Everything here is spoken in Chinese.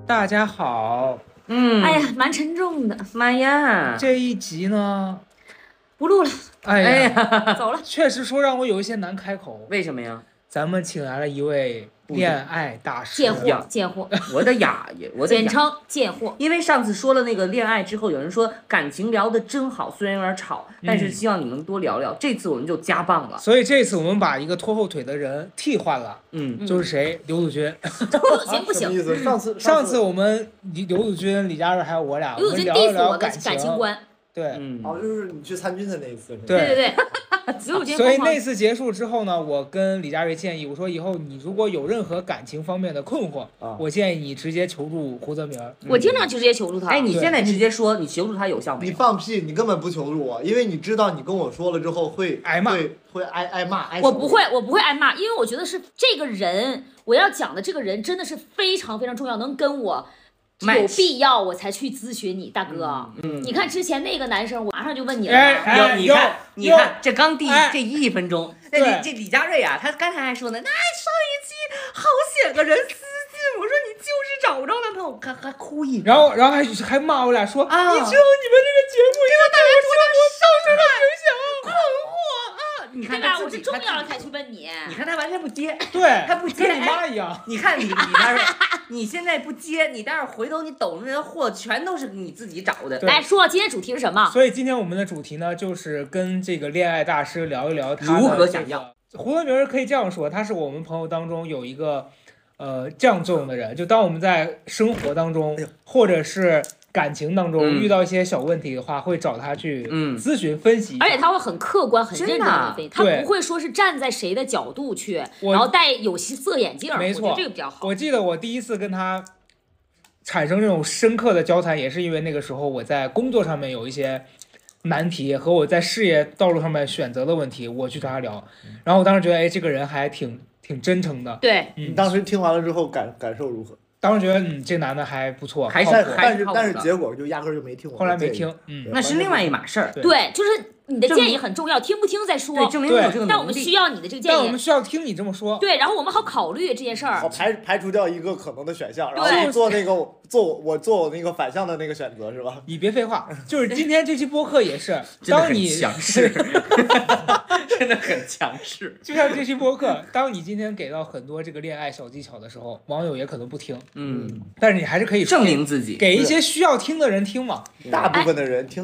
大家好， 哎呀，蛮沉重的。 妈呀， 这一集呢， 不录了， 哎呀， 走了。 确实说让我有一些难开口。 为什么呀？ 咱们请来了一位恋爱大师， 贱货， 我的雅，我的雅简称贱货。 因为上次说了那个恋爱之后，有人说感情聊得真好，虽然有点吵，但是希望你们多聊聊。这次我们就加棒了。 所以这次我们把一个拖后腿的人替换了，就是谁？刘祖军。 不行， 什么意思？ 上次我们刘祖军、李佳瑞还有我俩， 刘祖军我们聊 diss 一聊我的感情观。 对， 哦，就是你去参军的那一次， 对。所以那次次结束之后呢，我跟李佳瑞建议，我说以后你如果有任何感情方面的困惑，我建议你直接求助胡泽明。 我经常就直接求助他。 哎，你现在直接说，你求助他有效吗？ 你放屁！你根本不求助我，因为你知道你跟我说了之后会挨骂， 会挨骂。 我不会挨骂，因为我觉得是这个人，我要讲的这个人真的是非常非常重要，能跟我。有必要我才去咨询你，大哥。你看之前那个男生，我马上就问你了。 你看，这刚这1分钟，这李佳瑞啊，他刚才还说呢，那上一期好写个人私信，我说你就是找不着男朋友，还哭一然后还骂我俩说，你知道你们这个节目给我带来多大上升的影响， 困惑啊！你看吧，我是重要了才去问你。 你看他完全不接， 对， 他不接， 跟你妈一样。 你看李佳瑞。你现在不接，你待会儿回头你抖那些货全都是你自己找的。 来说今天主题是什么？ 所以今天我们的主题呢，就是跟这个恋爱大师聊一聊他如何想要。 胡泽明可以这样说，他是我们朋友当中有一个这样作用的人，就当我们在生活当中或者是感情当中遇到一些小问题的话，会找他去咨询分析， 而且他会很客观、很认真的分析，他不会说是站在谁的角度去，然后戴有色眼镜。 没错， 我觉得这个比较好。 我记得我第一次跟他产生这种深刻的交谈，也是因为那个时候我在工作上面有一些难题和我在事业道路上面选择的问题，我去找他聊，然后我当时觉得，哎，这个人还挺真诚的。 对， 你当时听完了之后感受如何？ 当时觉得这男的还不错， 但是结果就压根就没听我。 后来没听， 那是另外一码事儿。 对，就是你的建议很重要，听不听再说。 对，证明你有这个能力。 但我们需要你的这个建议。 但我们需要听你这么说。 对，然后我们好考虑这件事儿。 好排除掉一个可能的选项，然后做我那个反向的那个选择，是吧？ 你别废话，就是今天这期播客也是， 当你强势，真的很强势。 就像这期播客，当你今天给到很多这个恋爱小技巧的时候，网友也可能不听，但是你还是可以证明自己， 给一些需要听的人听嘛。 大部分的人听。